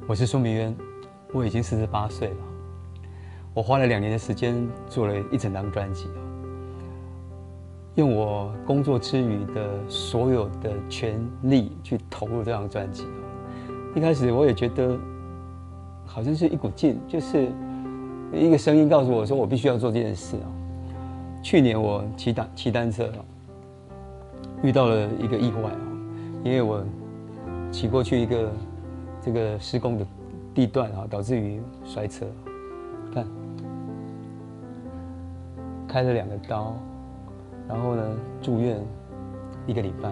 我是苏明渊，我已经48岁了。我花了2年的时间做了一整张专辑，用我工作之余的所有的全力去投入这张专辑。一开始我也觉得好像是一股劲，就是一个声音告诉我说我必须要做这件事。去年我骑单车遇到了一个意外，因为我骑过去一个这个施工的地段导致于摔车，看开了2个刀，然后呢住院1个礼拜。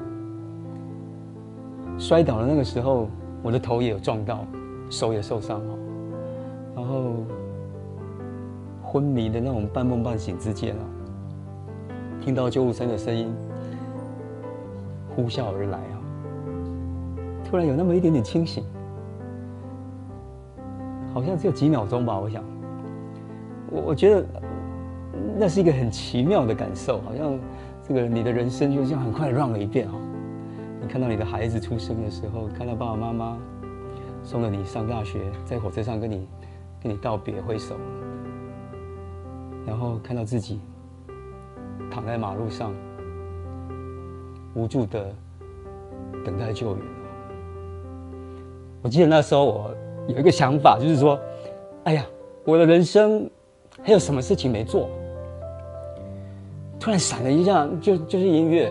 摔倒的那个时候，我的头也有撞到，手也受伤，然后昏迷的那种半梦半醒之间听到救护车的声音呼啸而来突然有那么一点点清醒，好像只有几秒钟吧。我想，我觉得那是一个很奇妙的感受，好像这个你的人生就这样很快run了一遍你看到你的孩子出生的时候，看到爸爸妈妈送了你上大学，在火车上跟你道别挥手，然后看到自己躺在马路上无助的等待救援。我记得那时候我有一个想法，就是说，哎呀，我的人生还有什么事情没做？突然闪了一下，就是音乐。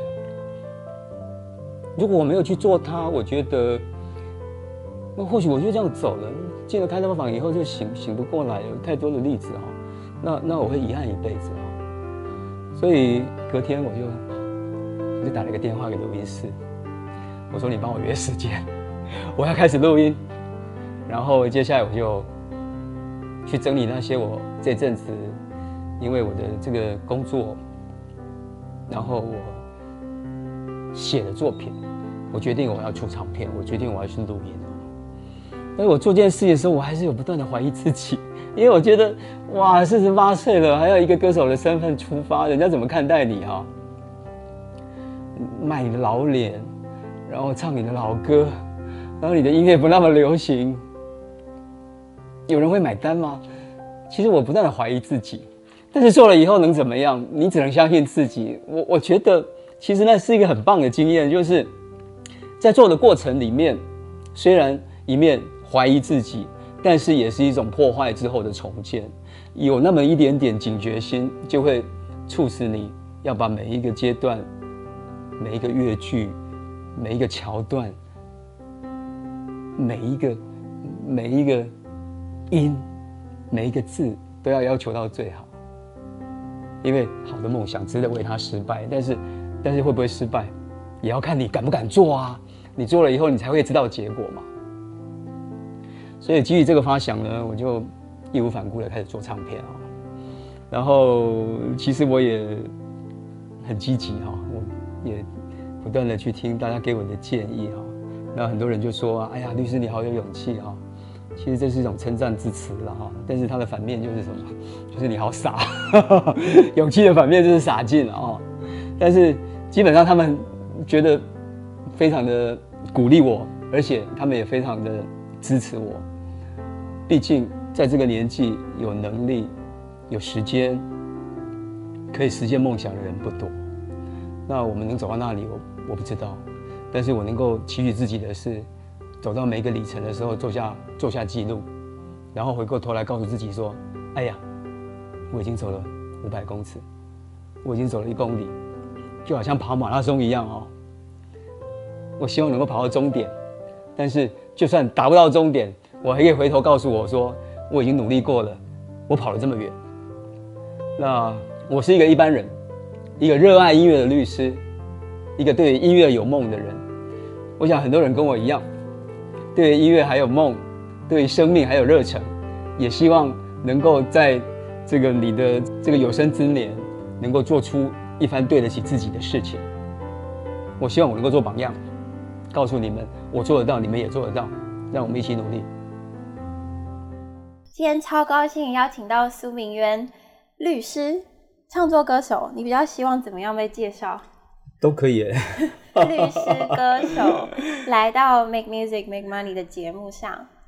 如果我没有去做它，我觉得那或许我就这样走了。进了开刀房以后就醒不过来，有太多的例子那我会遗憾一辈子所以隔天我就打了一个电话给录音室，我说你帮我约时间，我要开始录音。然后接下来我就去整理那些我这阵子因为我的这个工作，然后我写的作品，我决定我要出唱片，我决定我要去录音。但是我做这件事的时候，我还是有不断的怀疑自己，因为我觉得哇，48岁了，还要一个歌手的身份出发，人家怎么看待你卖你的老脸，然后唱你的老歌，然后你的音乐不那么流行，有人会买单吗？其实我不断的怀疑自己，但是做了以后能怎么样？你只能相信自己。我觉得其实那是一个很棒的经验，就是在做的过程里面，虽然一面怀疑自己，但是也是一种破坏之后的重建。有那么一点点警觉心，就会促使你要把每一个阶段、每一个乐句、每一个桥段、每一个音、每一个字都要求到最好。因为好的梦想值得为它失败，但是会不会失败，也要看你敢不敢做啊！你做了以后，你才会知道结果嘛。所以基于这个发想呢，我就义无反顾的开始做唱片然后其实我也很积极我也不断的去听大家给我的建议那很多人就说哎呀，律师你好有勇气其实这是一种称赞之词了但是它的反面就是什么？就是你好傻勇气的反面就是傻劲但是基本上他们觉得非常的鼓励我，而且他们也非常的支持我。毕竟在这个年纪，有能力、有时间可以实现梦想的人不多。那我们能走到那里，我不知道。但是我能够期许自己的是，走到每一个里程的时候，做下记录，然后回过头来告诉自己说：“哎呀，我已经走了500公尺，我已经走了1公里，就好像跑马拉松一样我希望能够跑到终点，但是就算达不到终点，我还可以回头告诉我说，我已经努力过了，我跑了这么远。那我是一个一般人，一个热爱音乐的律师，一个对音乐有梦的人。我想很多人跟我一样，对音乐还有梦，对生命还有热忱，也希望能够在这个你的这个有生之年，能够做出一番对得起自己的事情。我希望我能够做榜样，告诉你们我做得到，你们也做得到，让我们一起努力。 今天超高兴邀请到苏明渊律师、创作歌手，你比较希望怎么样被介绍？ 都可以律师、歌手来到 Make Music Make Money 的节目上。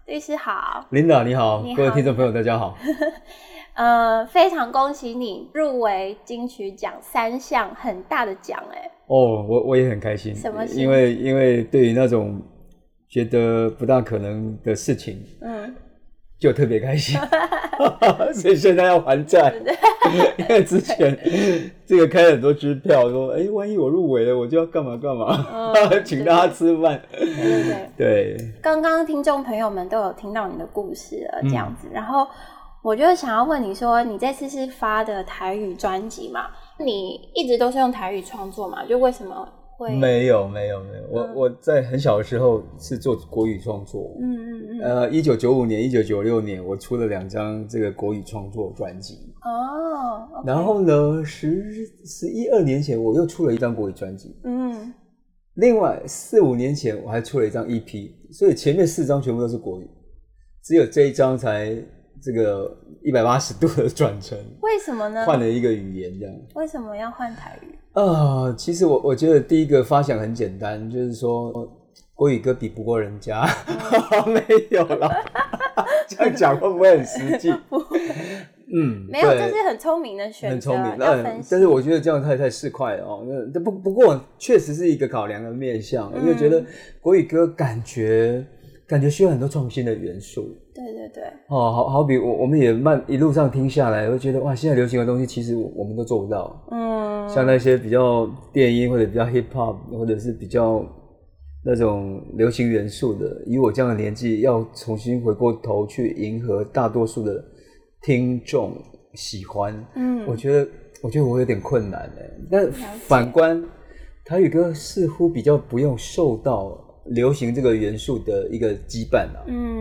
律师好。 Linda 你好， 你好各位听众朋友大家好。 非常恭喜你入围金曲奖3项很大的奖哎。 哦，我也很开心。 什么事？ 因为对于那种觉得不大可能的事情，就特别开心。所以现在要还债。因为之前这个开了很多支票，说万一我入围了，我就要干嘛干嘛，请大家吃饭。对。 刚刚听众朋友们都有听到你的故事了，这样子，然后我就想要问你说，你这次是发的台语专辑嘛？你一直都是用台语创作嘛？就为什么会？ 没有，我在很小的时候是做国语创作。1995年、1996年，我出了2张这个国语创作专辑。 哦。 然后呢，12年前我又出了一张国语专辑。另外4、5年前我还出了一张 EP， 所以前面4张全部都是国语，只有这一张才这个180度的转成。 为什么呢？ 换了一个语言这样。为什么要换台语？ 其实我觉得第一个发想很简单，就是说国语歌比不过人家。没有啦。这样讲会不会很实际？ 没有，这是很聪明的选择，很聪明。 但是我觉得这样太市侩了哦。不过确实是一个考量的面向，因为觉得国语歌感觉需要很多创新的元素。 对。 好比我们也一路上听下来，会觉得哇，现在流行的东西其实我们都做不到。像那些比较电音或者比较 hip hop 或者是比较那种流行元素的，以我这样的年纪，要重新回过头去迎合大多数的听众喜欢，我觉得我有点困难但反观台语歌似乎比较不用受到流行这个元素的一个羁绊啊。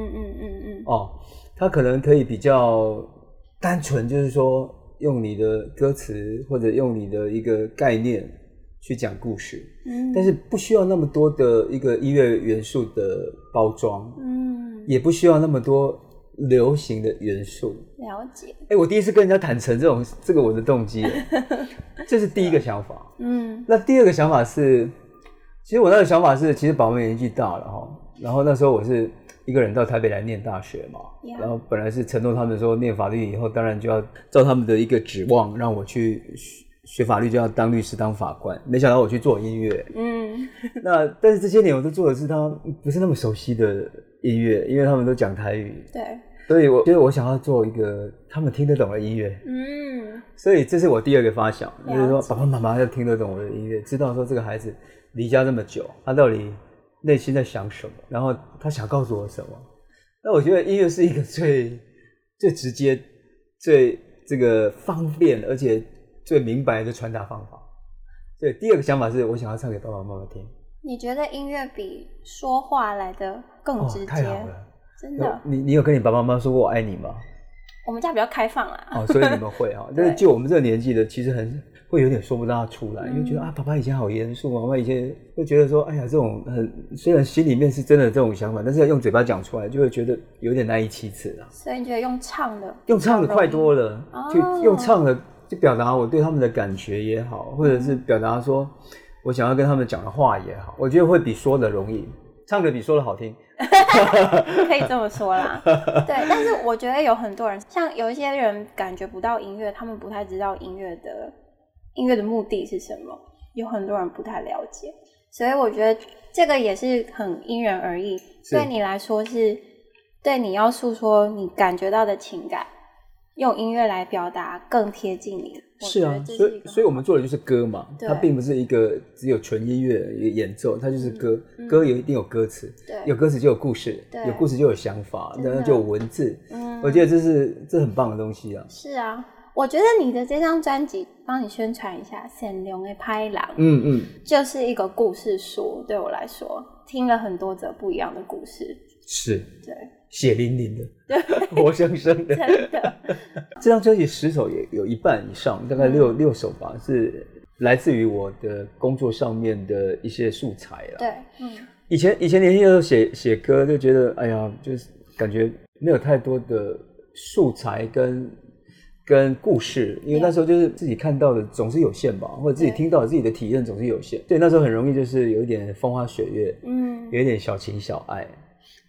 它可能可以比较单纯，就是说用你的歌词或者用你的一个概念去讲故事，但是不需要那么多的一个音乐元素的包装，也不需要那么多流行的元素。 了解。 我第一次跟人家坦诚这个我的动机。这是第一个想法。那第二个想法是，其实我那个想法是，其实宝妹年纪大了然后那时候我是一个人到台北来念大学嘛，然后本来是承诺他们说念法律以后当然就要照他们的一个指望让我去学法律，就要当律师当法官，没想到我去做音乐。但是这些年我都做的是他不是那么熟悉的音乐，因为他们都讲台语。 对。 所以我觉得我想要做一个他们听得懂的音乐。所以这是我第二个发想，就是说爸爸妈妈要听得懂我的音乐，知道说这个孩子离家这么久，他到底内心在想什么，然后他想告诉我什么。那我觉得音乐是一个最直接、最这个方便而且最明白的传达方法。所以第二个想法是我想要唱给爸爸妈妈听。 你觉得音乐比说话来的更直接？ 太好了， 真的。 你有跟你爸爸妈妈说过我爱你吗？ 我们家比较开放啦。 所以你们会但是就我们这个年纪的，其实会有点说不大出来，因为觉得爸爸以前好严肃，妈妈以前会觉得说，哎呀，这种虽然心里面是真的这种想法，但是要用嘴巴讲出来，就会觉得有点难以启齿了。 所以你觉得用唱的快多了，就用唱的就表达我对他们的感觉也好，或者是表达说我想要跟他们讲的话也好，我觉得会比说的容易，唱的比说的好听。 可以这么说啦。对，但是我觉得有很多人，像有一些人感觉不到音乐，他们不太知道音乐的目的是什么，有很多人不太了解，所以我觉得这个也是很因人而异。对你来说是对你要诉说你感觉到的情感，用音乐来表达更贴近你。 是啊，所以我们做的就是歌嘛，它并不是一个只有纯音乐演奏，它就是歌。歌一定有歌词，有歌词就有故事，有故事就有想法，然后就有文字。我觉得这很棒的东西啊。 是啊，我觉得你的这张专辑，帮你宣传一下，善良的拍郎，就是一个故事书。对我来说，听了很多则不一样的故事。 是， 对， 血淋淋的，对，活生生的， 真的。 这张专辑10首也有一半以上，大概六首吧，是来自于我的工作上面的一些素材啦。 对， 以前年轻的时候写歌就觉得，哎呀，就是感觉没有太多的素材跟故事，因为那时候就是自己看到的总是有限吧，或者自己听到的自己的体验总是有限，对，那时候很容易就是有一点风花雪月，有一点小情小爱。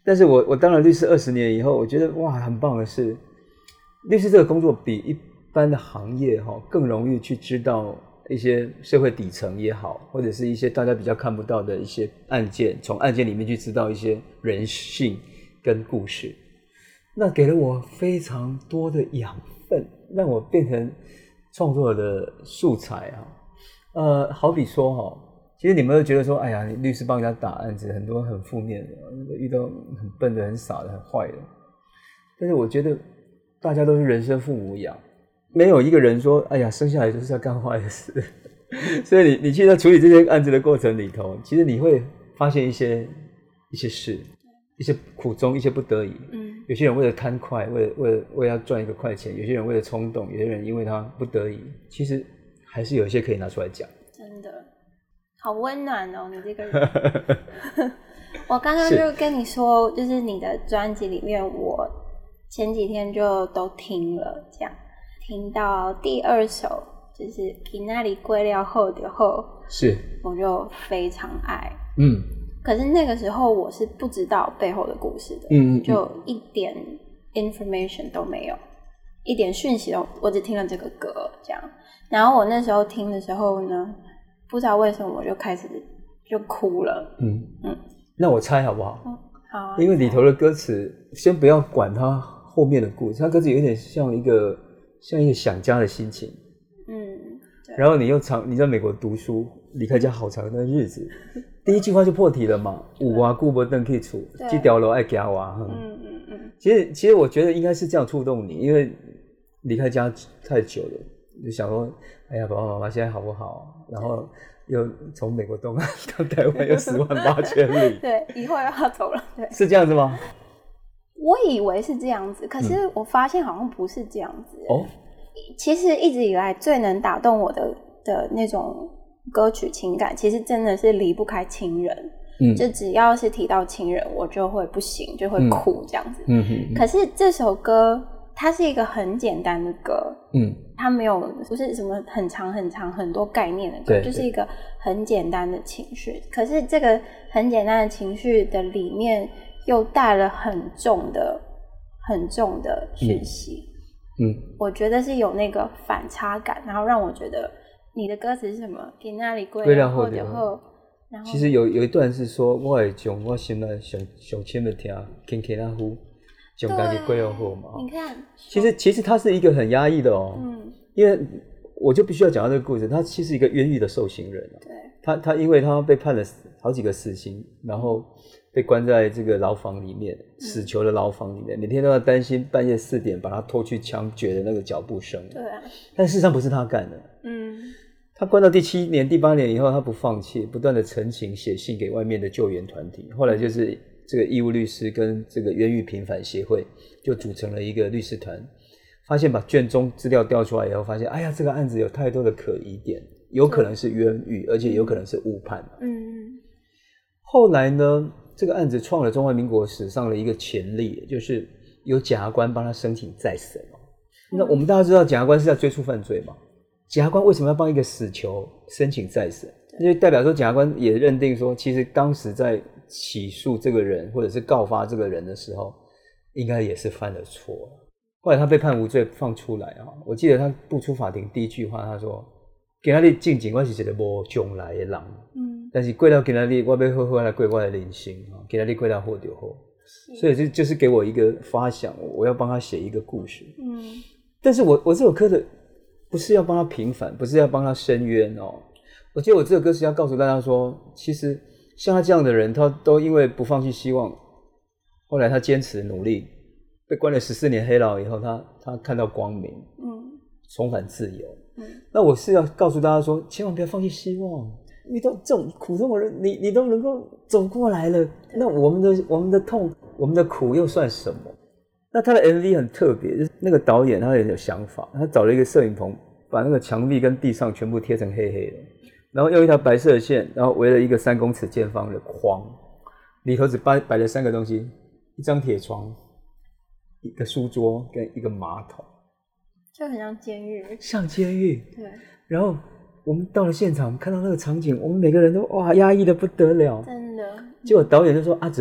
但是我当了律师20年以后，我觉得哇，很棒的是，律师这个工作比一般的行业更容易去知道一些社会底层也好，或者是一些大家比较看不到的一些案件，从案件里面去知道一些人性跟故事，那给了我非常多的养分，让我变成创作的素材啊。好比说其实你们会觉得说，哎呀，律师帮人家打案子，很多很负面的，遇到很笨的、很傻的、很坏的。但是我觉得大家都是人生父母养，没有一个人说，哎呀，生下来就是要干坏事。所以你去在处理这些案子的过程里头，其实你会发现一些事，一些苦衷，一些不得已。有些人为了贪快，为了要赚一个快钱；有些人为了冲动；有些人因为他不得已。其实还是有一些可以拿出来讲。 真的。好温暖哦，你这个人。我刚刚就跟你说，就是你的专辑里面，我前几天就都听了，这样听到第2首就是《去哪里过了后就好》， 是， 我就非常爱。可是那个时候我是不知道背后的故事的，就一点 information 都没有，一点讯息都，我只听了这个歌这样。然后我那时候听的时候呢，不知道为什么我就开始就哭了。 那我猜好不好？ 好啊。 因为里头的歌词，先不要管它后面的故事，它歌词有点像一个想家的心情。然后你在美国读书，离开家好长的日子，第一句话就破题了嘛，有外久没回去厝，这条路要走啊。其实我觉得应该是这样触动你，因为离开家太久了，就想说，哎呀，爸爸妈妈现在好不好？然后又从美国东岸到台湾又10万8千里， 对，以后又要走了，对， 是这样子吗？ 我以为是这样子，可是我发现好像不是这样子。其实一直以来最能打动我的那种歌曲情感，其实真的是离不开亲人。就只要是提到亲人，我就会不行，就会哭这样子。可是这首歌它是一个很简单的歌，它不是什么很长很多概念的歌，就是一个很简单的情绪。可是这个很简单的情绪的里面又带了很重的讯息。我觉得是有那个反差感，然后让我觉得你的歌词是什么？去哪里过了后就好。 其实有一段是说，我会将我心内上深的听，轻轻啊呼，将家己过了好嘛。 你看， 其实它是一个很压抑的因为我就必须要讲到这个故事，他其实一个冤狱的受刑人。对，他因为他被判了好几个死刑，然后被关在这个牢房里面，死囚的牢房里面，每天都要担心半夜4点把他拖去枪决的那个脚步声。 对啊， 但事实上不是他干的。他关到第7年、第8年以后，他不放弃，不断的陈情写信给外面的救援团体。后来就是这个义务律师跟这个冤狱平反协会就组成了一个律师团，发现把卷宗资料调出来以后，发现哎呀，这个案子有太多的可疑点，有可能是冤狱，而且有可能是误判。后来呢，这个案子创了中华民国史上的一个前例，就是有检察官帮他申请再审。那我们大家知道检察官是在追诉犯罪嘛？检察官为什么要帮一个死囚申请再审？就代表说检察官也认定说，其实当时在起诉这个人或者是告发这个人的时候，应该也是犯了错。后来他被判无罪放出来我记得他步出法庭第一句话，他说：“今仔日进前我是一个无将来的人，但是过了今仔日我要好好来过我的人生，今仔日过了好就好。”所以这就是给我一个发想，我要帮他写一个故事。但是我这首歌的不是要帮他平反，不是要帮他伸冤我觉得我这首歌是要告诉大家说，其实像他这样的人，他都因为不放弃希望，后来他坚持努力，被关了14年黑牢以后，他看到光明，重返自由。那我是要告诉大家说，千万不要放弃希望，遇到这种苦痛的人，你都能够走过来了，那我们的痛，我们的苦又算什么？那他的 MV 很特别，那个导演他也有想法，他找了一个摄影棚，把那个墙壁跟地上全部贴成黑黑的，然后用一条白色的线，然后围了一个3公尺见方的框，里头只摆了3个东西：一张铁床、一个书桌跟一个马桶， 就很像监狱。 像监狱。 对。 然后我们到了现场，看到那个场景，我们每个人都哇压抑的不得了。 真的。 结果导演就说：“阿哲，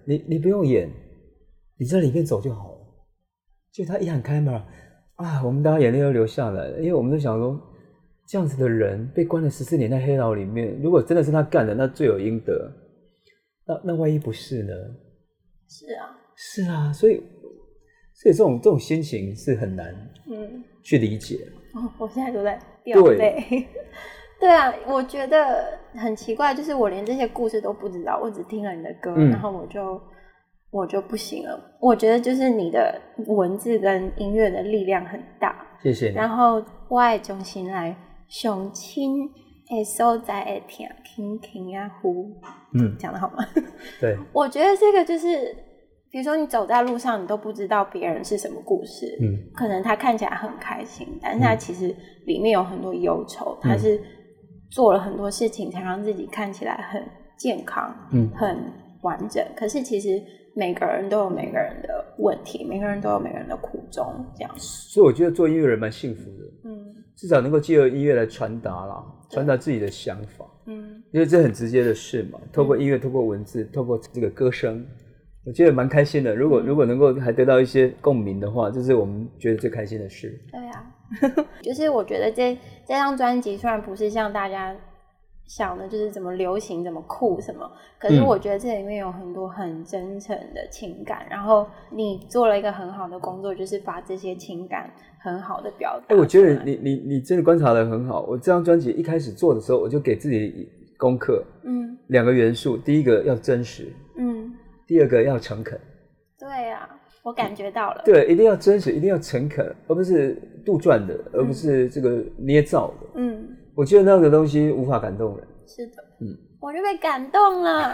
你不用演，你在里面走就好了。就他一喊开门啊，我们大家眼泪都流下来了，因为我们都想说，这样子的人被关了14年在黑牢里面，如果真的是他干的，那罪有应得。那万一不是呢？是啊，所以这种心情是很难去理解。 我现在都在掉泪。对啊，我觉得很奇怪，就是我连这些故事都不知道，我只听了你的歌，然后我就不行了。我觉得就是你的文字跟音乐的力量很大， 谢谢你。 然后我的重新来上亲的所在会听轻轻啊呼，讲得好吗？ 对， 我觉得这个就是，比如说你走在路上，你都不知道别人是什么故事，可能他看起来很开心，但是他其实里面有很多忧愁，他是做了很多事情才让自己看起来很健康，很完整。可是其实每个人都有每个人的问题，每个人都有每个人的苦衷，这样。 所以我觉得做音乐人蛮幸福的，至少能够借由音乐来传达啦，传达自己的想法，因为这很直接的事嘛。透过音乐，透过文字，透过这个歌声，我觉得蛮开心的。如果能够还得到一些共鸣的话，这是我们觉得最开心的事。 对啊。就是我觉得这张专辑虽然不是像大家想的就是怎么流行怎么酷什么，可是我觉得这里面有很多很真诚的情感，然后你做了一个很好的工作，就是把这些情感很好的表达。 我觉得你真的观察得很好。我这张专辑一开始做的时候，我就给自己功课，2个元素，第一个要真实，第二个要诚恳。 对啊，我感觉到了。 对，一定要真实，一定要诚恳，而不是杜撰的，而不是这个捏造的。我觉得那个东西无法感动人。 是的，我就被感动了。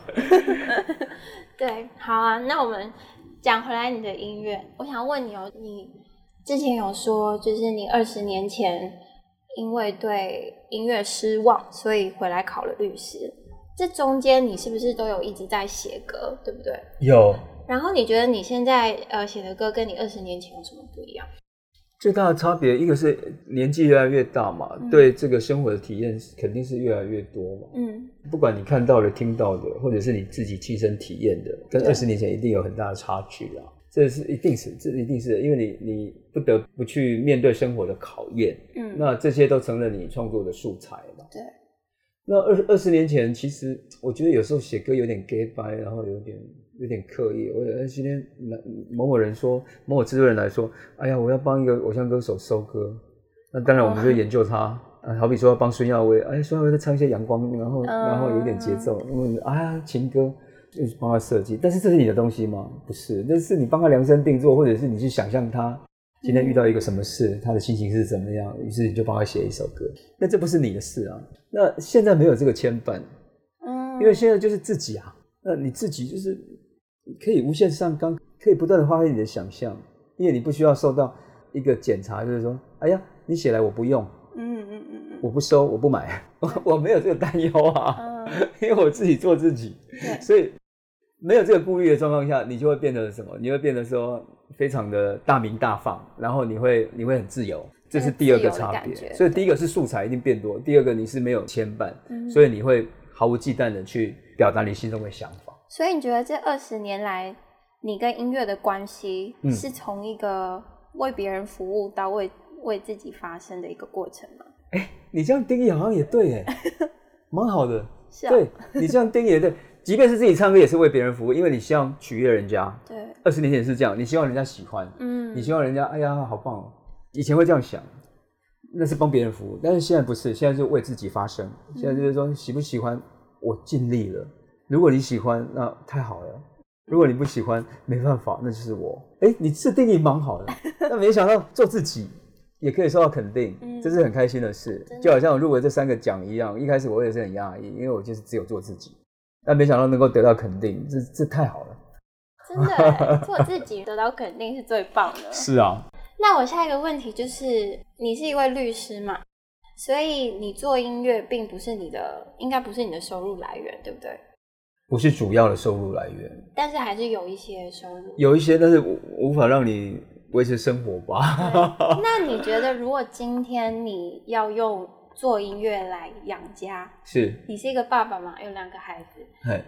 对，好啊，那我们讲回来你的音乐，我想问你哦，你之前有说，就是你20年前因为对音乐失望，所以回来考了律师。这中间你是不是都有一直在写歌，对不对？ 有。 然后你觉得你现在写的歌跟你20年前有什么不一样？ 最大的差别，一个是年纪越来越大嘛，对这个生活的体验肯定是越来越多嘛。不管你看到的、听到的，或者是你自己亲身体验的，跟20年前一定有很大的差距啦。这一定是的，因为你不得不去面对生活的考验。那这些都成了你创作的素材嘛。 对。 那20年前，其实我觉得有时候写歌有点 gay bye， 然后有点刻意。我今天某某制作人来说，哎呀，我要帮一个偶像歌手收歌，那当然我们就研究他，好比说要帮孙耀威，哎，孙耀威在唱一些阳光，然后有一点节奏，情歌就是帮他设计。但是这是你的东西吗？不是，那是你帮他量身定做，或者是你去想象他今天遇到一个什么事，他的心情是怎么样，于是你就帮他写一首歌。那这不是你的事啊。那现在没有这个牵绊，因为现在就是自己啊。那你自己就是可以无限上纲，可以不断的发挥你的想象，因为你不需要受到一个检查，就是说，哎呀，你写来我不用，我不收，我不买，我没有这个担忧啊，因为我自己做自己，所以没有这个顾虑的状况下，你就会变得什么？你会变得说非常的大鸣大放，然后你会很自由，这是第二个差别。所以第一个是素材一定变多，第二个你是没有牵绊，所以你会毫无忌惮的去表达你心中的想法。 所以你觉得这20年来，你跟音乐的关系是从一个为别人服务到为自己发声的一个过程吗？ 你这样定义好像也对耶，蛮好的。 是啊， 对，你这样定义也对。即便是自己唱歌，也是为别人服务，因为你希望取悦人家。 对 ，20年前是这样，你希望人家喜欢，你希望人家哎呀好棒哦。以前会这样想，那是帮别人服务，但是现在不是，现在就为自己发声。现在就是说喜不喜欢，我尽力了。如果你喜欢，那太好了；如果你不喜欢，没办法，那就是我。你这定义蛮好的，但没想到做自己也可以受到肯定，这是很开心的事。就好像我入围这3个奖一样，一开始我也是很讶异，因为我就是只有做自己，但没想到能够得到肯定，这太好了。 真的，做自己得到肯定是最棒的。 是啊。 那我下一个问题就是，你是一位律师嘛，所以你做音乐并不是应该不是你的收入来源，对不对？ 不是主要的收入来源， 但是还是有一些收入。 有一些，但是无法让你维持生活吧。 那你觉得，如果今天你要用做音乐来养家， 是你是一个爸爸嘛，有2个孩子，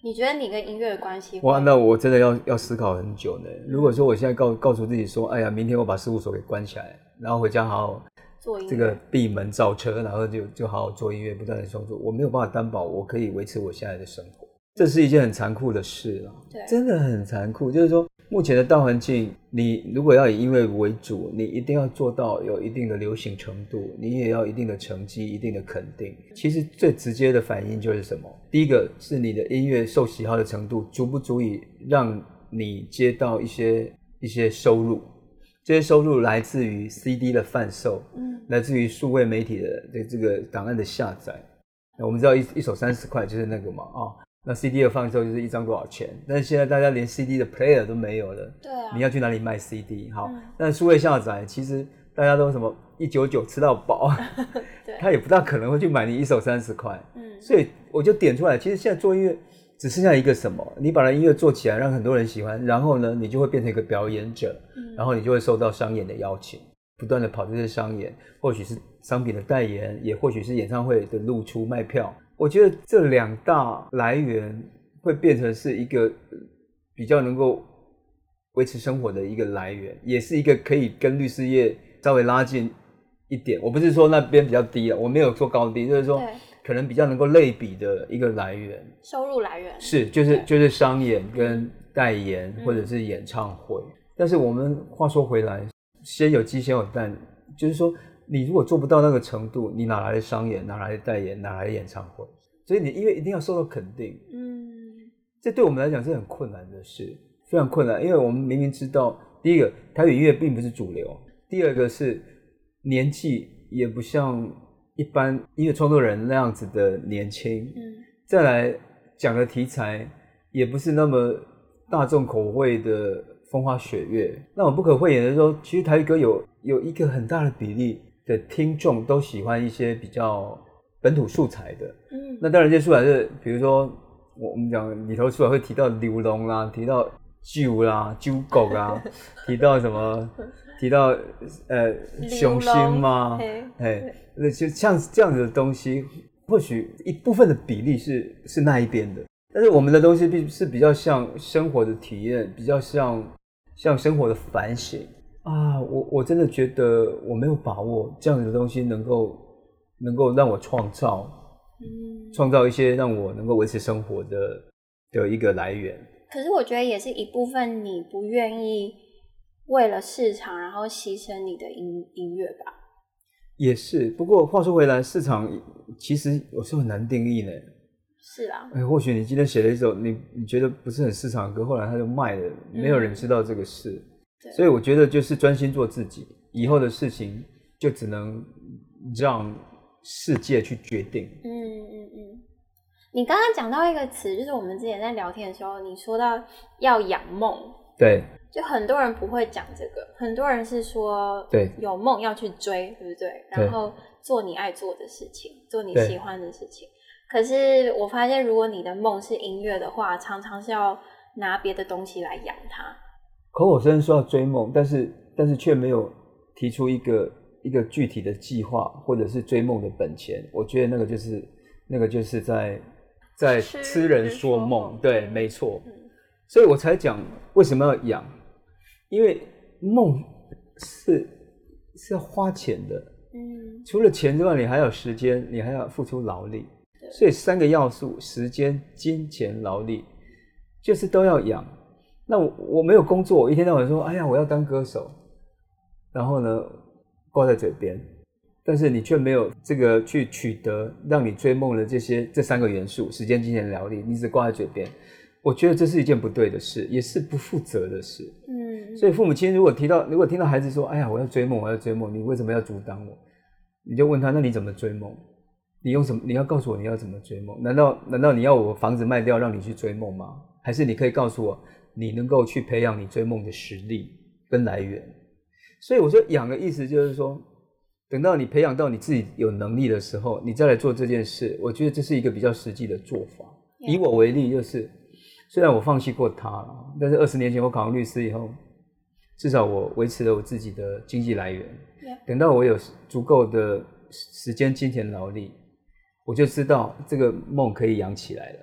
你觉得你跟音乐的关系？ 哇，那我真的要思考很久呢。如果说我现在告诉自己说，哎呀，明天我把事务所给关起来，然后回家好好做音乐， 这个闭门造车，然后就好好做音乐，不断的创作，我没有办法担保我可以维持我现在的生活。这是一件很残酷的事啦， 对， 真的很残酷。就是说，目前的大环境，你如果要以音乐为主，你一定要做到有一定的流行程度，你也要一定的成绩、一定的肯定。其实最直接的反应就是什么？第一个是你的音乐受喜好的程度足不足以让你接到一些收入。这些收入来自于 CD 的贩售，来自于数位媒体的这个档案的下载。我们知道一首30块就是那个嘛那 CD 的贩售就是一张多少钱？但是现在大家连 CD 的 player 都没有了， 对啊， 你要去哪里卖 CD？ 好，但数位下载其实大家都什么199吃到饱，他也不大可能会去买你一首30块。所以我就点出来，其实现在做音乐只剩下一个什么？你把音乐做起来，让很多人喜欢，然后呢，你就会变成一个表演者，然后你就会受到商演的邀请，不断的跑这些商演，或许是商品的代言，也或许是演唱会的露出卖票。我觉得这2大来源会变成是一个比较能够维持生活的一个来源，也是一个可以跟律师业稍微拉近一点。我不是说那边比较低了，我没有说高低，就是说可能比较能够类比的一个来源， 收入来源是就是商演跟代言或者是演唱会。但是我们话说回来，先有鸡先有蛋，就是说你如果做不到那个程度，你哪来的商演，哪来的代言，哪来的演唱会？所以你音乐一定要受到肯定。这对我们来讲是很困难的事，非常困难，因为我们明明知道，第一个台语音乐并不是主流，第二个是年纪也不像一般音乐创作人那样子的年轻，再来讲的题材也不是那么大众口味的风花雪月。那我不可讳言的说，其实台语歌有一个很大的比例的听众都喜欢一些比较本土素材的。那当然这些素材是比如说我们讲里头素材会提到流浪啦，提到酒啦、酒国啦，提到什么？提到雄心嘛，那就像这样子的东西，或许一部分的比例是那一边的，但是我们的东西是比较像生活的体验，比较像生活的反省啊。我真的觉得我没有把握这样子的东西能够让我创造一些让我能够维持生活的一个来源。 可是我觉得也是一部分你不愿意为了市场然后牺牲你的音乐吧。 也是，不过话说回来，市场其实有时候很难定义呢。 是啊， 或许你今天写了一首你觉得不是很市场的歌，后来它就卖了，没有人知道这个事。所以我觉得就是专心做自己，以后的事情就只能让世界去决定。 你刚刚讲到一个词，就是我们之前在聊天的时候，你说到要养梦。 对， 就很多人不会讲这个，很多人是说对， 有梦要去追，对不对？然后做你爱做的事情，做你喜欢的事情。可是我发现，如果你的梦是音乐的话，常常是要拿别的东西来养它。 口口声声说要追梦，但是却没有提出一个具体的计划，或者是追梦的本钱。我觉得那个就是在痴人说梦。对，没错。所以我才讲为什么要养，因为梦是要花钱的。除了钱之外，你还有时间，你还要付出劳力。所以3个要素：时间、金钱、劳力，就是都要养。那我没有工作，我一天到晚说，哎呀，我要当歌手，然后呢挂在嘴边，但是你却没有这个去取得让你追梦的这3个元素：时间、金钱、劳力，你只挂在嘴边。我觉得这是一件不对的事，也是不负责的事。所以父母亲如果听到孩子说，哎呀，我要追梦，我要追梦，你为什么要阻挡我？你就问他，那你怎么追梦？你用什么？你要告诉我你要怎么追梦？难道你要我房子卖掉让你去追梦吗？还是你可以告诉我，你能够去培养你追梦的实力跟来源？所以我说养的意思就是说，等到你培养到你自己有能力的时候，你再来做这件事。我觉得这是一个比较实际的做法。以我为例，就是虽然我放弃过它了，但是20年前我考上律师以后，至少我维持了我自己的经济来源。等到我有足够的时间、金钱、劳力，我就知道这个梦可以养起来了。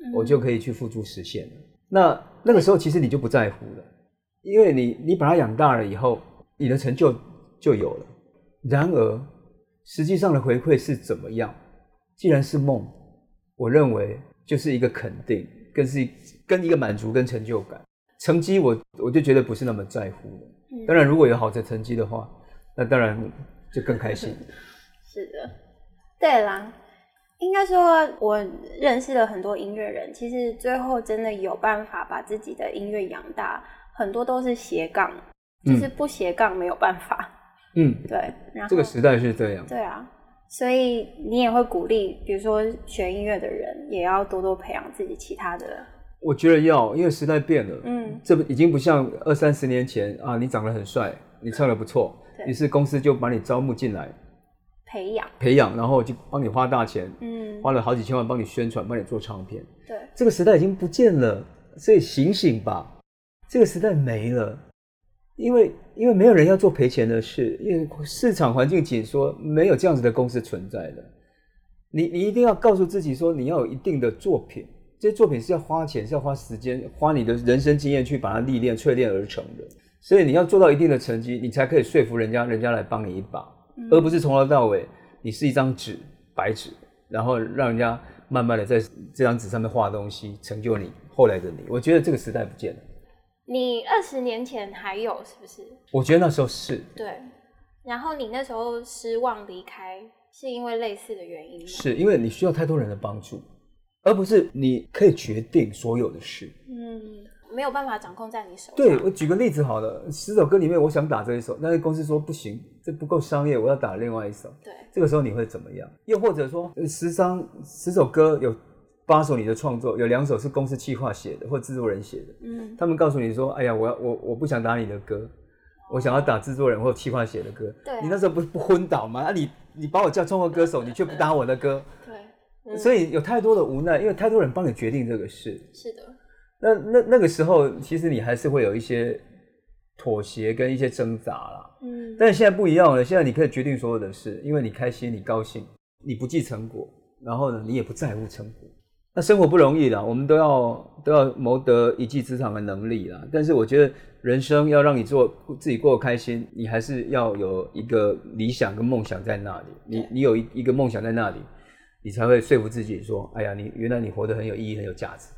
我就可以去付诸实现了。那个时候其实你就不在乎了，因为你把它养大了以后，你的成就就有了。然而实际上的回馈是怎么样？既然是梦，我认为就是一个肯定，跟一个满足跟成就感。成绩我就觉得不是那么在乎了。当然如果有好的成绩的话，那当然就更开心。 是的，对啦，应该说我认识了很多音乐人，其实最后真的有办法把自己的音乐养大，很多都是斜杠，就是不斜杠没有办法。对，然后这个时代是这样。 对啊，所以你也会鼓励比如说学音乐的人也要多多培养自己其他的。 我觉得要，因为时代变了。这已经不像20-30年前啊，你长得很帅，你唱得不错，于是公司就把你招募进来培养，然后就帮你花大钱，花了好几千万帮你宣传，帮你做唱片。 对， 这个时代已经不见了，所以醒醒吧，这个时代没了。因为没有人要做赔钱的事，因为市场环境紧缩，没有这样子的公司存在的。你一定要告诉自己说，你要有一定的作品，这些作品是要花钱，是要花时间，花你的人生经验去把它历练淬炼而成的。所以你要做到一定的成绩，你才可以说服人家来帮你一把，而不是从头到尾你是一张纸，白纸，然后让人家慢慢的在这张纸上面画东西，成就你后来的你。我觉得这个时代不见了。 你20年前还有是不是？ 我觉得那时候是。 对，然后你那时候失望离开，是因为类似的原因吗？ 是因为你需要太多人的帮助，而不是你可以决定所有的事。 没有办法掌控在你手上。 对，我举个例子好了，10首歌里面我想打这一首，但是公司说不行，这不够商业，我要打另外一首。 对， 这个时候你会怎么样？又或者说10首歌有8首你的创作，有2首是公司企划写的或制作人写的。他们告诉你说，哎呀，我不想打你的歌，我想要打制作人或企划写的歌。对，你那时候不昏倒吗？你把我叫创作歌手，你却不打我的歌。对，所以有太多的无奈，因为太多人帮你决定这个事。 是的。 那个时候，其实你还是会有一些妥协跟一些挣扎啦。但是现在不一样了，现在你可以决定所有的事，因为你开心，你高兴，你不计成果，然后呢，你也不在乎成果。那生活不容易啦，我们都要谋得一技之长的能力啦。但是我觉得人生要让你自己过得开心，你还是要有一个理想跟梦想在那里。你有一个梦想在那里，你才会说服自己说，哎呀，原来你活得很有意义，很有价值。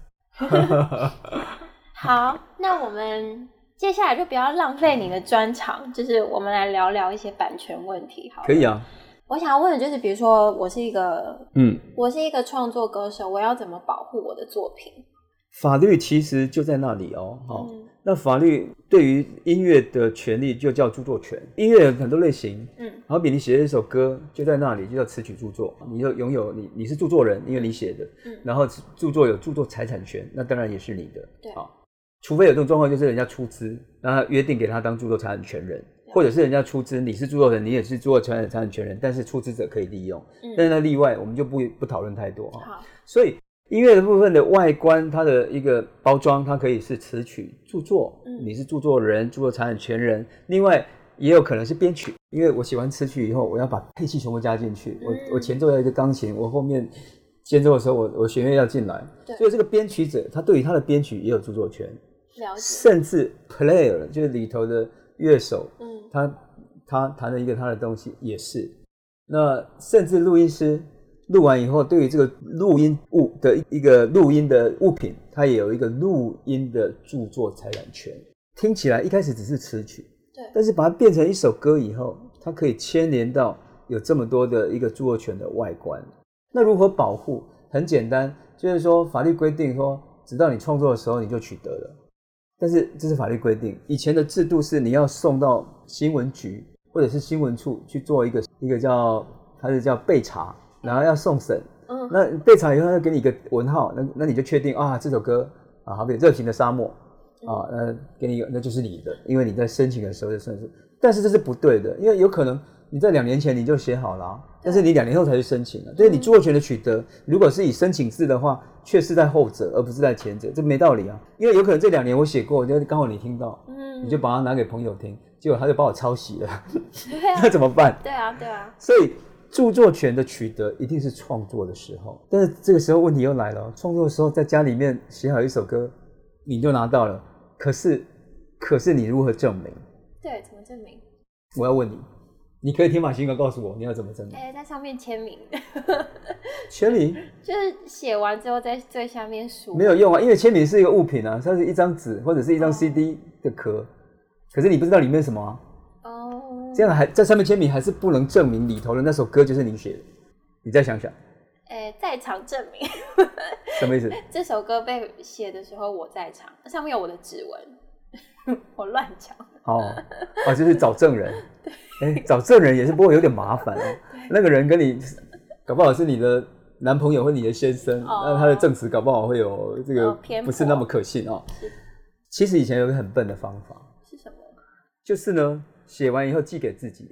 好，那我们接下来就不要浪费你的专场，就是我们来聊聊一些版权问题好了。 可以啊。 我想要问的就是，比如说我是一个创作歌手，我要怎么保护我的作品？ 法律其实就在那里哦。那法律对于音乐的权利就叫著作权。音乐有很多类型，好比你写一首歌就在那里，就叫词曲著作，你就拥有你是著作人，因为你写的，然后著作有著作财产权，那当然也是你的。对，除非有这种状况，就是人家出资，然后约定给他当著作财产权人，或者是人家出资，你是著作人，你也是著作财产权人，但是出资者可以利用。但是那例外我们就不讨论太多。好，所以音乐的部分的外观，它的一个包装，它可以是词曲著作，你是著作人、著作财产权人，另外也有可能是编曲，因为我写完词曲以后，我要把配器全部加进去，我前奏要一个钢琴，我后面间奏的时候我弦乐要进来，所以这个编曲者他对于他的编曲也有著作权，甚至 player 就是里头的乐手，他弹了一个他的东西也是，那甚至录音师录完以后，对于这个录音物的一个录音的物品，它也有一个录音的著作财产权。听起来一开始只是词曲，但是把它变成一首歌以后，它可以牵连到有这么多的一个著作权的外观。那如何保护？很简单，就是说法律规定说，直到你创作的时候你就取得了。但是这是法律规定，以前的制度是你要送到新闻局或者是新闻处去做一个它是叫备查。然后要送审，那备查以后，他就给你一个文号，那你就确定啊，这首歌啊，好比热情的沙漠啊，给你一个，那就是你的，因为你在申请的时候就算是，但是这是不对的，因为有可能你在2年前你就写好了，但是你2年后才去申请了，所以你著作权的取得，如果是以申请制的话，却是在后者而不是在前者，这没道理啊，因为有可能这2年我写过，就刚好你听到，你就把它拿给朋友听，结果他就把我抄袭了，那怎么办？ 对啊， 所以著作权的取得一定是创作的时候，但是这个时候问题又来了，创作的时候在家里面写好一首歌，你就拿到了，可是你如何证明？ 对，怎么证明？ 我要问你，你可以天马行空告诉我你要怎么证明？ 在上面签名。 签名就是写完之后在最下面署。 没有用啊，因为签名是一个物品啊，它是一张纸或者是一张 CD 的壳，可是你不知道里面什么啊。这样还在上面签名，还是不能证明里头的那首歌就是你写的。你再想想。 在场证明。 什么意思？ 这首歌被写的时候我在场，上面有我的指纹。我乱讲。 就是找证人。找证人也是，不过有点麻烦哦。那个人跟你搞不好是你的男朋友或你的先生，那他的证词搞不好会有这个不是那么可信哦。其实以前有个很笨的方法。 是什么？ 就是呢，写完以后寄给自己。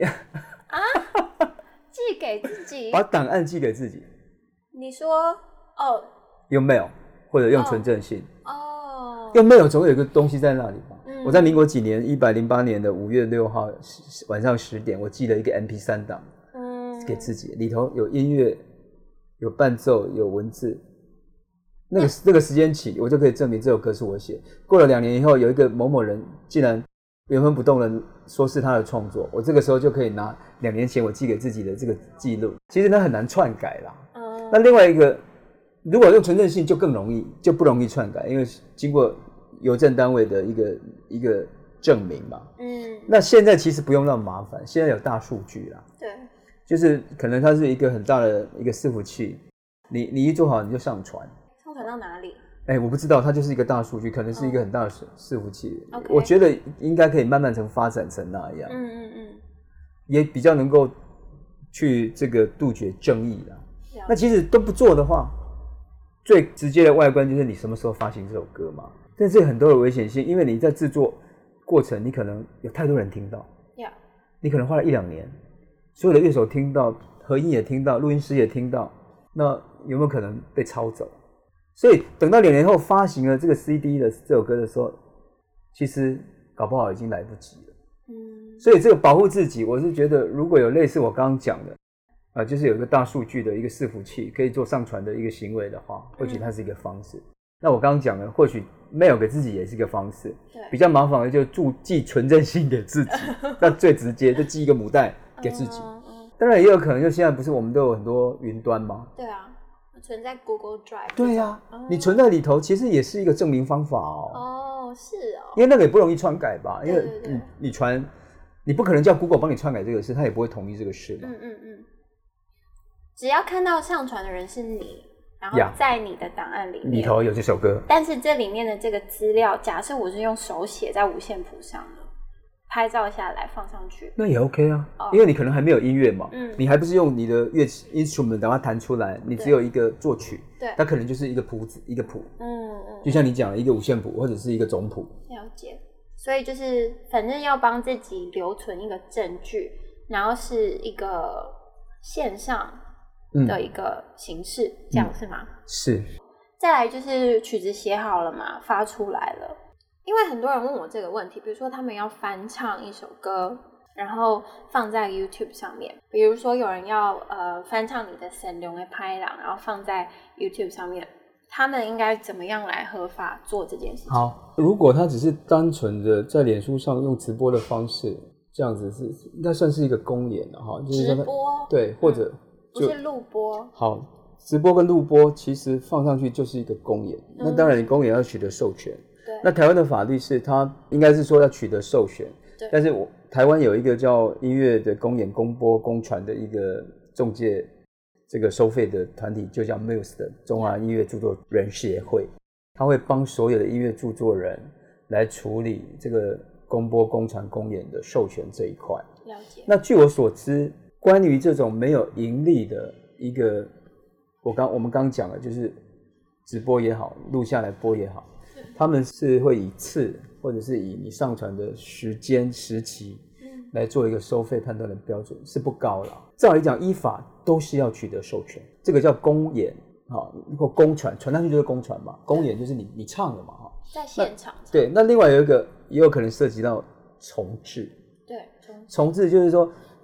寄给自己？ 把档案寄给自己。 你说用 mail 或者用存证信。用 mail 总有一个东西在那里吧。我在民国几年108年的5月6号晚上10点，我寄了一个 MP3 档给自己，里头有音乐、有伴奏、有文字。那个时间起，我就可以证明这首歌是我写。过了2年以后，有一个某某人竟然原封不动的说是他的创作，我这个时候就可以拿2年前我寄给自己的这个记录。其实它很难篡改啦。那另外一个，如果用存证信就更容易，就不容易篡改，因为经过邮政单位的一个证明嘛。那现在其实不用那么麻烦，现在有大数据啦。 对。就是可能它是一个很大的一个伺服器，你一做好你就上传。 上传到哪里？ 我不知道，它就是一个大数据，可能是一个很大的伺服器。我觉得应该可以慢慢发展成那样。也比较能够去这个杜绝争议啦。那其实都不做的话，最直接的外观就是你什么时候发行这首歌嘛。但是很多的危险性，因为你在制作过程，你可能有太多人听到，你可能花了1-2年，所有的乐手听到，合音也听到，录音师也听到，那有没有可能被抄走？所以等到2年后发行了这个 CD 的这首歌的时候，其实搞不好已经来不及了。所以这个保护自己，我是觉得如果有类似我刚刚讲的，就是有一个大数据的一个伺服器，可以做上传的一个行为的话，或许它是一个方式。那我刚刚讲的，或许 mail 给自己也是一个方式。比较麻烦的就寄存证信给自己，那最直接就寄一个母带给自己。当然也有可能，就现在不是我们都有很多云端吗？ 对啊，存在 Google Drive。 对啊，你存在里头，其实也是一个证明方法哦。 是哦。 因为那个也不容易篡改吧？因为你传，你不可能叫 Google 帮你篡改这个事，他也不会同意这个事嘛。 只要看到上传的人是你，然后在你的档案里头有这首歌， 但是这里面的这个资料，假设我是用手写在五线谱上的，拍照下来放上去， 那也 OK 啊。因为你可能还没有音乐嘛，你还不是用你的乐器 instrument 把它弹出来，你只有一个作曲，它可能就是一个谱子，一个谱，就像你讲的一个五线谱或者是一个总谱。 了解。所以就是反正要帮自己留存一个证据，然后是一个线上的一个形式，这样是吗？ 是。 再来就是曲子写好了嘛，发出来了。因为很多人问我这个问题，比如说他们要翻唱一首歌，然后放在 YouTube 上面，比如说有人要翻唱你的《神龙的拍郎》，然后放在 YouTube 上面，他们应该怎么样来合法做这件事情？ 好，如果他只是单纯的在脸书上用直播的方式，这样子是应该算是一个公演的哈，就是直播对，或者不是录播。 好，直播跟录播其实放上去就是一个公演，那当然你公演要取得授权。那台湾的法律是它应该是说要取得授权，但是台湾有一个叫音乐的公演、公播、公传的一个中介这个收费的团体，就叫 Muse 的中华音乐著作人协会，他会帮所有的音乐著作人来处理这个公播、公传、公演的授权这一块。 了解。那据我所知，关于这种没有盈利的一个，我们刚讲的就是直播也好，录下来播也好，他们是会以次或者是以你上传的时间时期来做一个收费判断的标准，是不高啦。照理讲依法都是要取得授权，这个叫公演或公传，传上去就是公传嘛，公演就是你唱了嘛， 在现场。 对，那另外有一个也有可能涉及到重制。 对， 重制就是说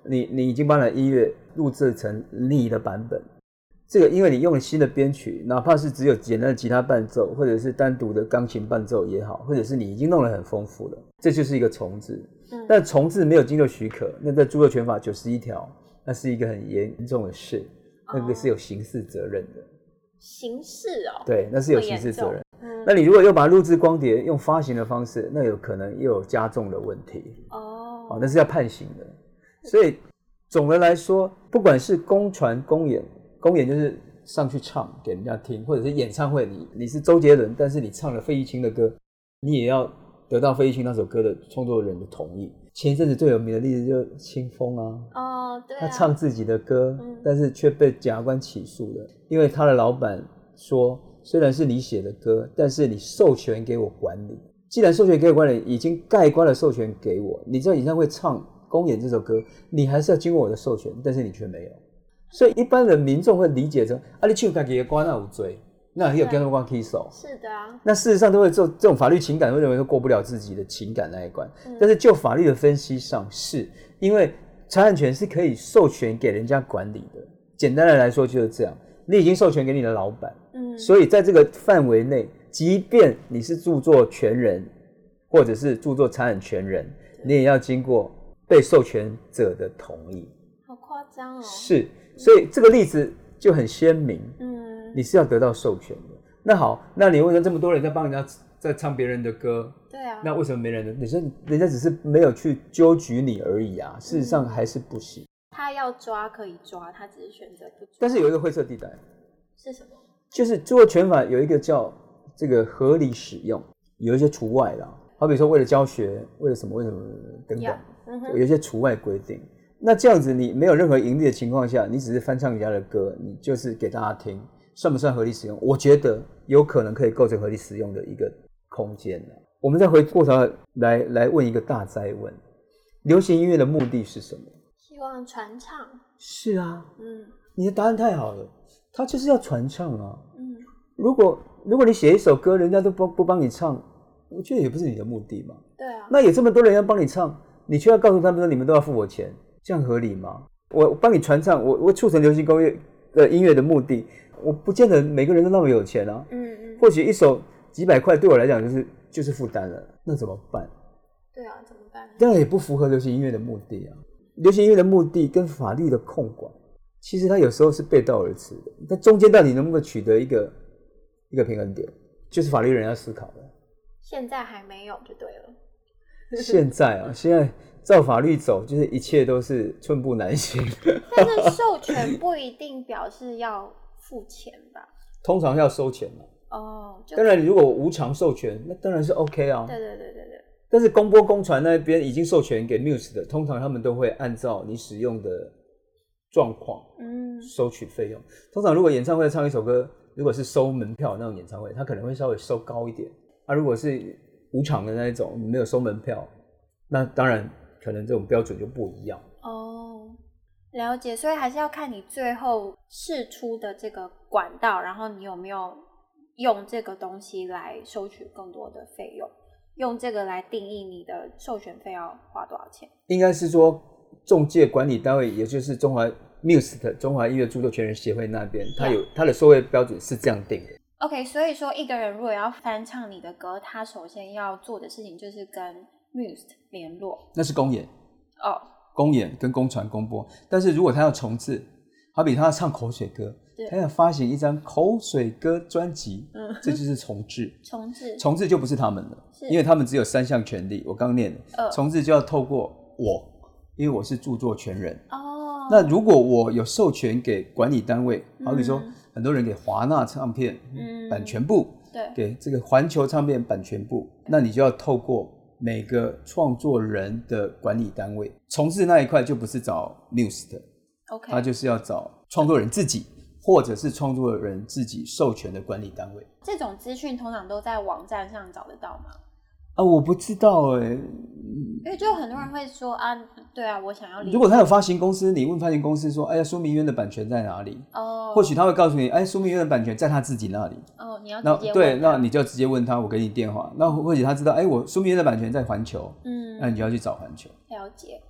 你已经把你的音乐录制成你的版本，这个因为你用了新的编曲，哪怕是只有简单的吉他伴奏，或者是单独的钢琴伴奏也好，或者是你已经弄得很丰富了，这就是一个重制。但重制没有经过许可，那在著作权法91条，那是一个很严重的事，那个是有刑事责任的。 刑事哦？ 对，那是有刑事责任。那你如果又把它录制光碟用发行的方式，那有可能又有加重的问题。那是要判刑的。所以总的来说，不管是公传公演，公演就是上去唱给人家听，或者是演唱会，你是周杰伦，但是你唱了费玉清的歌，你也要得到费玉清那首歌的创作人的同意。前一阵子最有名的例子就是清风啊， 对啊， 他唱自己的歌，但是却被检察官起诉了，因为他的老板说，虽然是你写的歌，但是你授权给我管理。既然授权给我管理，已经盖棺的授权给我，你在演唱会唱公演这首歌，你还是要经过我的授权，但是你却没有。所以一般人民众会理解成你唱自己的歌那有罪，那也有跟他们起诉。 是的啊。 那事实上都会做这种法律情感，会认为说过不了自己的情感那一关。但是就法律的分析上，是因为财产权是可以授权给人家管理的。简单的来说就是这样，你已经授权给你的老板，所以在这个范围内，即便你是著作权人或者是著作财产权人，你也要经过被授权者的同意。 好夸张哦。是， 所以这个例子就很鲜明。你是要得到授权的。那好，那你为什么这么多人在帮人家在唱别人的歌？对啊。那为什么没人呢？你说人家只是没有去纠举你而已啊，事实上还是不行。 他要抓可以抓，他只是选择不抓。 但是有一个灰色地带。 是什么？就是著作权法有一个叫这个合理使用，有一些除外啦。好比说为了教学，为了什么等等，有一些除外规定。那这样子你没有任何盈利的情况下，你只是翻唱人家的歌，你就是给大家听，算不算合理使用？我觉得有可能可以构成合理使用的一个空间。我们再回过头来问一个大哉问：流行音乐的目的是什么？ 希望传唱。 是啊，你的答案太好了，它就是要传唱啊。如果你写一首歌，人家都不帮你唱，我觉得也不是你的目的嘛。对啊。那有这么多人要帮你唱，你却要告诉他们说你们都要付我钱，这样合理吗？我帮你传唱，我促成流行音乐的目的，我不见得每个人都那么有钱啊。或许一首几百块对我来讲就是负担了，那怎么办？对啊，怎么办？当然也不符合流行音乐的目的啊。流行音乐的目的跟法律的控管，其实它有时候是背道而驰的。但中间到底能不能取得一个平衡点，就是法律人要思考的。 现在还没有就对了。 现在照法律走，就是一切都是寸步难行。 但是授权不一定表示要付钱吧？ 通常要收钱嘛。当然，如果无偿授权，那当然是 OK 啊。对。但是公播公传那边已经授权给 Muse 的，通常他们都会按照你使用的状况，收取费用。通常如果演唱会唱一首歌，如果是收门票那种演唱会，他可能会稍微收高一点。如果是无偿的那一种，没有收门票，那当然可能这种标准就不一样。 了解。所以还是要看你最后释出的这个管道，然后你有没有用这个东西来收取更多的费用，用这个来定义你的授权费要花多少钱。 应该是说仲介管理单位，也就是中华 Muse 的中华音乐著作权人协会那边，它的收费标准是这样定的。 OK， 所以说一个人如果要翻唱你的歌，他首先要做的事情就是跟 Muse 联络。 那是公演。公演跟公传公播。但是如果他要重制，好比他要唱口水歌，他要发行一张口水歌专辑，这就是重制。重制就不是他们了，因为他们只有3项权利，我刚念的。重制就要透过我，因为我是著作权人。那如果我有授权给管理单位，好比说很多人给华纳唱片版权部，给这个环球唱片版权部，那你就要透过每个创作人的管理单位。重制那一块就不是找 Muse 的，他就是要找创作人自己，或者是创作人自己授权的管理单位。 这种资讯通常都在网站上找得到吗？ 我不知道因为就很多人会说对啊，我想要。 如果他有发行公司，你问发行公司说，苏明渊的版权在哪里？或许他会告诉你，苏明渊的版权在他自己那里。 你要直接问他。对， 那你就直接问他，我给你电话。那或许他知道，我苏明渊的版权在环球，那你就要去找环球。 了解。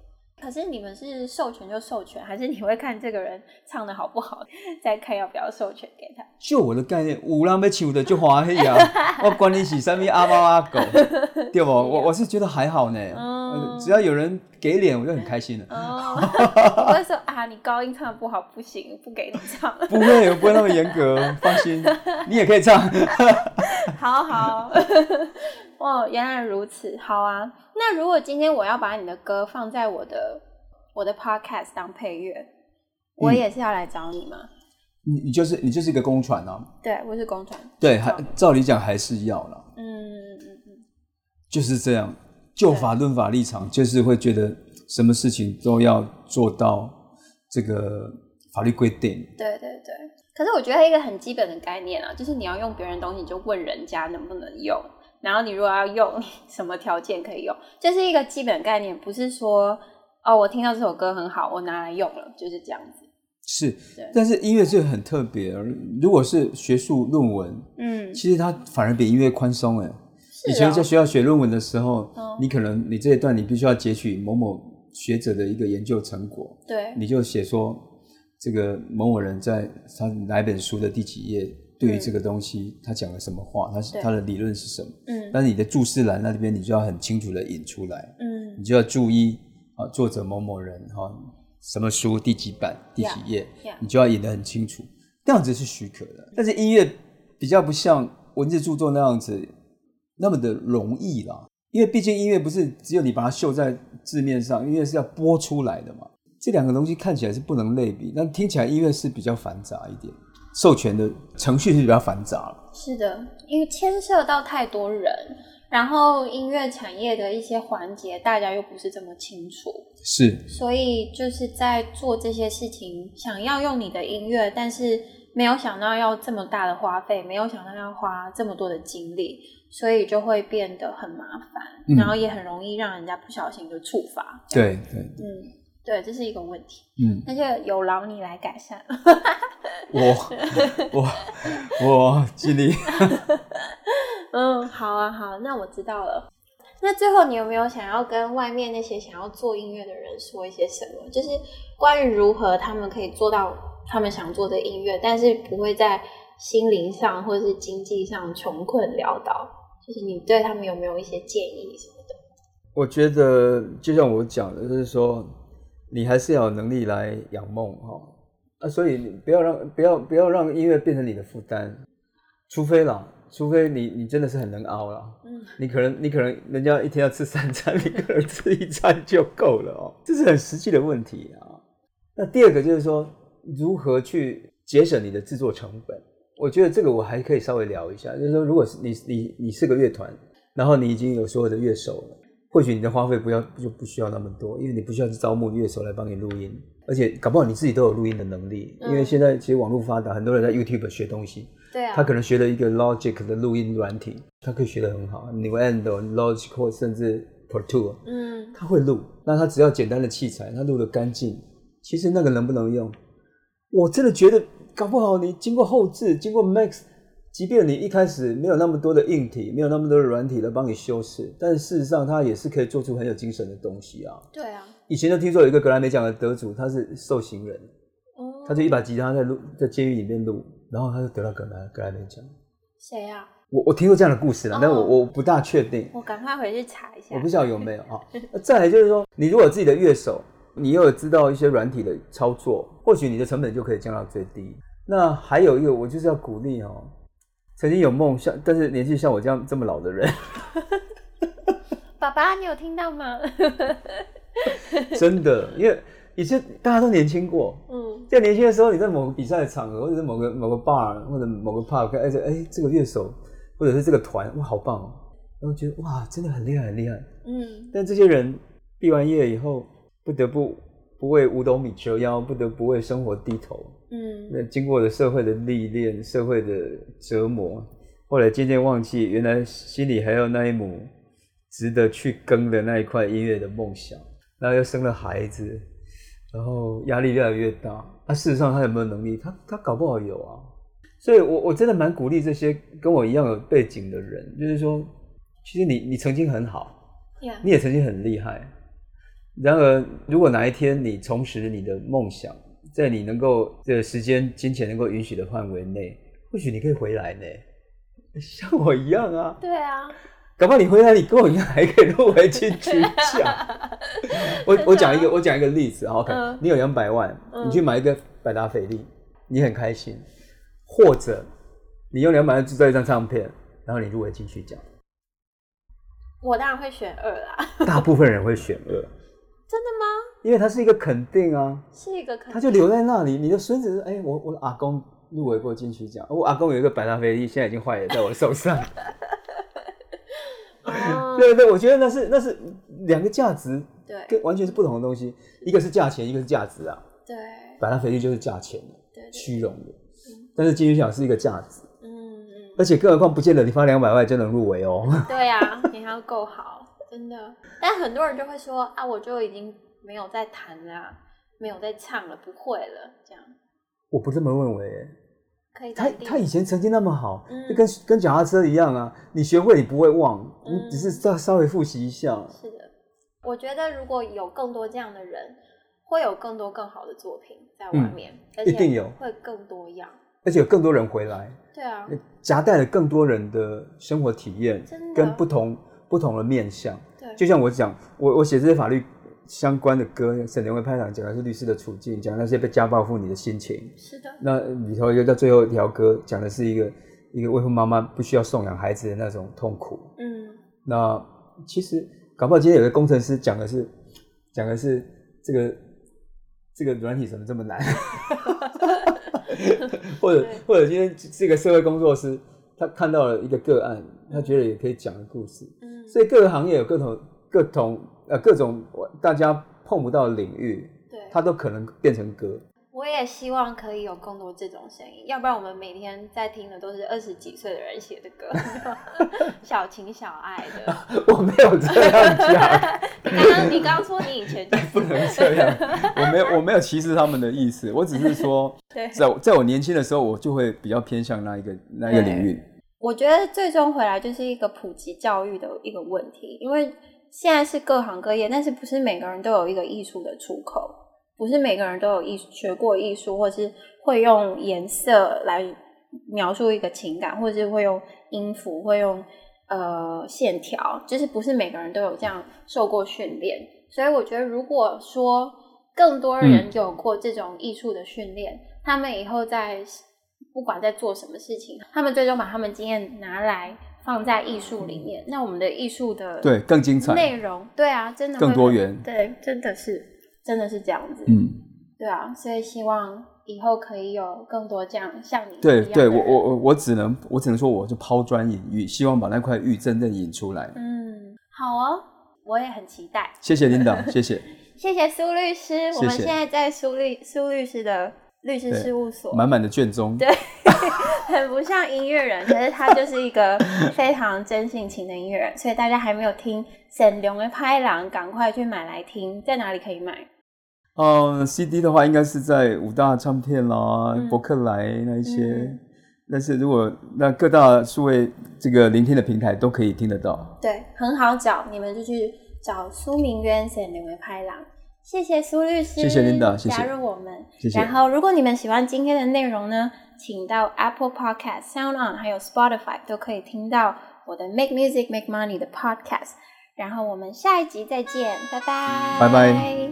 可是你们是授权就授权，还是你会看这个人唱的好不好，再看要不要授权给他？ 就我的概念，有人要唱的就欢喜啊，我管你是什么阿猫阿狗，对不？我是觉得还好呢，只要有人给脸，我就很开心了。 我会说啊，你高音唱的不好，不行，不给你唱。 不会，我不会那么严格，放心，你也可以唱。 好，哦，原来如此，好啊。那如果今天我要把你的歌放在我的 podcast 当配乐，我也是要来找你吗？你就是一个公传啊。对，我是公传。 对，照理讲还是要啦。就是这样。就法论法立场，就是会觉得什么事情都要做到这个法律规定。 对。可是我觉得一个很基本的概念啊，就是你要用别人的东西，你就问人家能不能用。然后你如果要用，什么条件可以用，就是一个基本概念，不是说我听到这首歌很好，我拿来用了，就是这样子。 是，但是音乐是很特别，如果是学术论文，其实它反而比音乐宽松哎。以前在学校写论文的时候，你可能你这一段你必须要截取某某学者的一个研究成果，对，你就写说这个某某人在他哪一本书的第几页，对于这个东西他讲了什么话，他的理论是什么，但是你的注释栏那边你就要很清楚的引出来，你就要注意作者某某人什么书第几版第几页，你就要引得很清楚，这样子是许可的。但是音乐比较不像文字著作那样子那么的容易啦，因为毕竟音乐不是只有你把它绣在字面上，音乐是要播出来的嘛。这两个东西看起来是不能类比，但听起来音乐是比较繁杂一点，授权的程序是比较繁杂了。 是的，因为牵涉到太多人，然后音乐产业的一些环节大家又不是这么清楚， 是， 所以就是在做这些事情，想要用你的音乐，但是没有想到要这么大的花费，没有想到要花这么多的精力，所以就会变得很麻烦，然后也很容易让人家不小心就触发。 对， 对，这是一个问题。那就有劳你来改善。 我尽力。 好啊，好，那我知道了。那最后你有没有想要跟外面那些想要做音乐的人说一些什么？就是关于如何他们可以做到他们想做的音乐，但是不会在心灵上或是经济上穷困潦倒，就是你对他们有没有一些建议什么的？ 我觉得就像我讲的，就是说你还是要有能力来养梦所以你不要让音乐变成你的负担，除非你真的是很能熬啦，你可能人家一天要吃3餐，你可能吃1餐就够了这是很实际的问题啊。那第二个就是说如何去节省你的制作成本，我觉得这个我还可以稍微聊一下，就是说如果是你是个乐团，然后你已经有所有的乐手了，或许你的花费就不需要那么多，因为你不需要去招募乐手来帮你录音，而且搞不好你自己都有录音的能力，因为现在其实网络发达，很多人在 YouTube 学东西，对啊，他可能学了一个 Logic 的录音软体，他可以学得很好 New End、Logic 或甚至 Pro Tool，他会录，那他只要简单的器材，他录得干净，其实那个能不能用，我真的觉得搞不好你经过后制，经过 Max， 即便你一开始没有那么多的硬体，没有那么多的软体来帮你修饰，但是事实上它也是可以做出很有精神的东西啊。对啊，以前就听说有一个格莱美奖的得主，他是受刑人，他就一把吉他在监狱里面录，然后他就得到格莱美奖。谁啊？我听说这样的故事啦，但我不大确定。 我赶快回去查一下。 我不知道有没有啊。再来就是说，你如果有自己的乐手，你又有知道一些软体的操作，或许你的成本就可以降到最低。那还有一个，我就是要鼓励曾经有梦想，但是年纪像我这么老的人， 爸爸，你有听到吗？ 真的，因为以前大家都年轻过，在年轻的时候，你在某个比赛的场合，或者是某个 bar 或者某个 pub， 这个乐手或者是这个团，哇，好棒哦！然后觉得哇，真的很厉害，很厉害。但这些人毕完业以后，不得不为五斗米折腰，不得不为生活低头。那经过了社会的历练，社会的折磨，后来渐渐忘记原来心里还有那一亩值得去耕的那一块音乐的梦想，然后又生了孩子，然后压力越来越大。事实上他有没有能力？他搞不好有啊。所以我真的蛮鼓励这些跟我一样有背景的人，就是说，其实你曾经很好，你也曾经很厉害， 然而，如果哪一天你重拾你的梦想，在你能够这个时间、金钱能够允许的范围内，或许你可以回来呢，像我一样啊。 对啊， 搞不好你回来，你跟我一样还可以入围金曲奖。我讲一个例子 ，OK，你有200万，你去买一个百达翡丽，你很开心，或者你用200万制造一张唱片，然后你入围金曲奖。 我当然会选2啦。 大部分人会选2。 真的吗？ 因为它是一个肯定啊， 是一个肯定， 他就留在那里。你的孙子，我阿公入围过金曲奖，我阿公有一个百达翡丽，现在已经坏了，在我的手上。对，我觉得那是2个价值， 对， 完全是不同的东西。一个是价钱，一个是价值啊。 对， 百达翡丽就是价钱， 对， 虚荣的。但是金曲奖是一个价值，而且更何况不见得你花200万就能入围哦。 对啊，你还要够好。真的，但很多人就会说啊，我就已经没有在弹啦，没有在唱了，不会了，这样。 我不这么认为耶， 可以他以前成绩那么好，就跟脚踏车一样啊，你学会你不会忘，你只是稍微复习一下。 是的，我觉得如果有更多这样的人，会有更多更好的作品在外面，而且一定有，会更多样， 而且有更多人回来。 对啊， 夹带了更多人的生活体验，跟不同的面向。 对， 就像我讲，我写这些法律相关的歌，沈联会拍档讲的是律师的处境，讲那些被家暴妇女的心情。 是的。 那里头一个到最后一条歌，讲的是一个未婚妈妈不需要送养孩子的那种痛苦。那其实搞不好今天有个工程师讲的是这个软体怎么这么难，或者今天这个社会工作师他看到了一个个案，他觉得也可以讲个故事。所以各个行业有各种大家碰不到的领域，对，它都可能变成歌。 我也希望可以有更多这种声音，要不然我们每天在听的都是20几岁的人写的歌，小情小爱的。 我没有这样讲。 你刚刚说你以前就是不能这样，我没有歧视他们的意思，我只是说，在我年轻的时候，我就会比较偏向那一个领域。 我觉得最终回来就是一个普及教育的一个问题，因为现在是各行各业，但是不是每个人都有一个艺术的出口，不是每个人都有学过艺术，或是会用颜色来描述一个情感，或者是会用音符，会用线条，就是不是每个人都有这样受过训练。所以我觉得如果说更多人有过这种艺术的训练，他们以后不管在做什么事情，他们最终把他们经验拿来放在艺术里面，那我们的艺术的对更精彩内容，对啊，真的更多元， 对，真的是这样子，对啊，所以希望以后可以有更多这样像你一样的人。 对，我只能说，我就抛砖引玉，希望把那块玉真正引出来。 好哦，我也很期待。 谢谢琳达，谢谢苏律师，我们现在在苏律师的律师事务所， 满满的卷宗， 对，很不像音乐人，可是他就是一个非常真性情的音乐人，所以大家还没有听沈龙的拍郎，赶快去买来听。在哪里可以买 ？CD 的话，应该是在5大唱片啦、博客来那一些。但是如果那各大数位这个聆听的平台都可以听得到， 对，很好找，你们就去找苏明渊沈龙的拍郎。谢谢苏律师， 谢谢 Linda， 谢谢加入我们， 谢谢。 然后，如果你们喜欢今天的内容呢，请到 Apple Podcast、SoundOn 还有 Spotify 都可以听到我的 Make Music Make Money 的 Podcast。然后我们下一集再见，拜拜， 拜拜。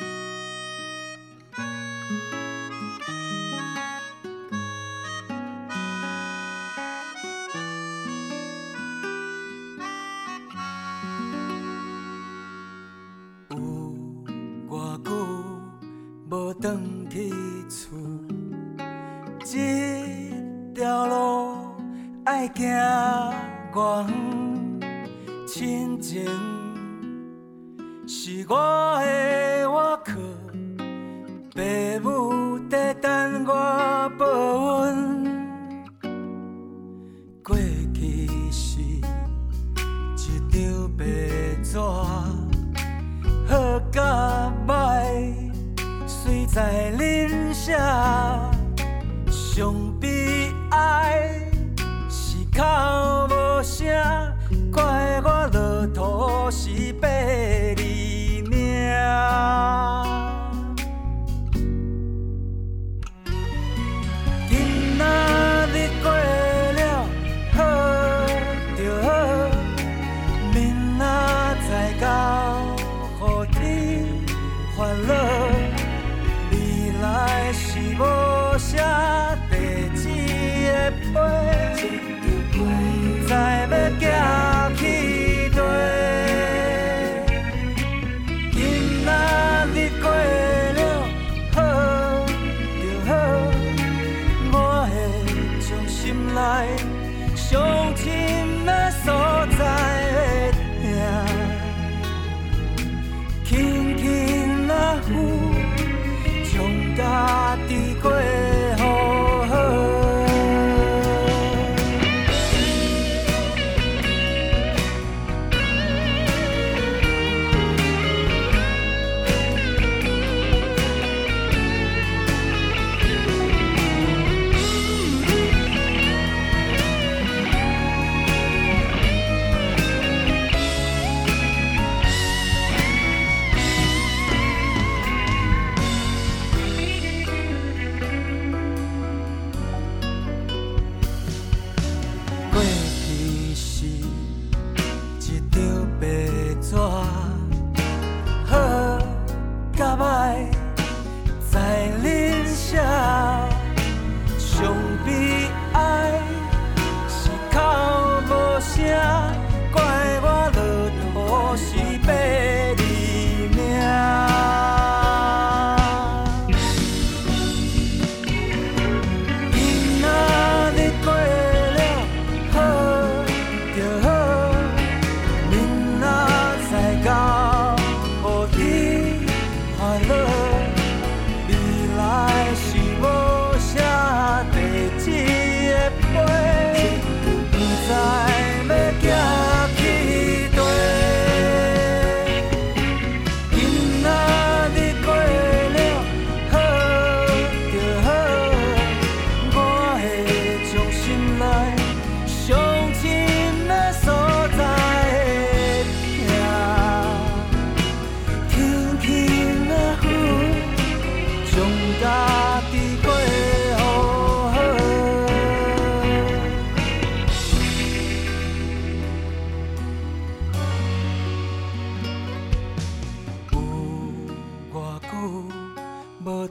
无转去厝，这条路爱行偌远，亲情是我的外壳，爸母在等我报恩。过去是一张白纸，好甲歹。随在恁写，上悲哀是口无声，怪我落土是白字命。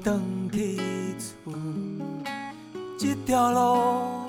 回去厝，这条路。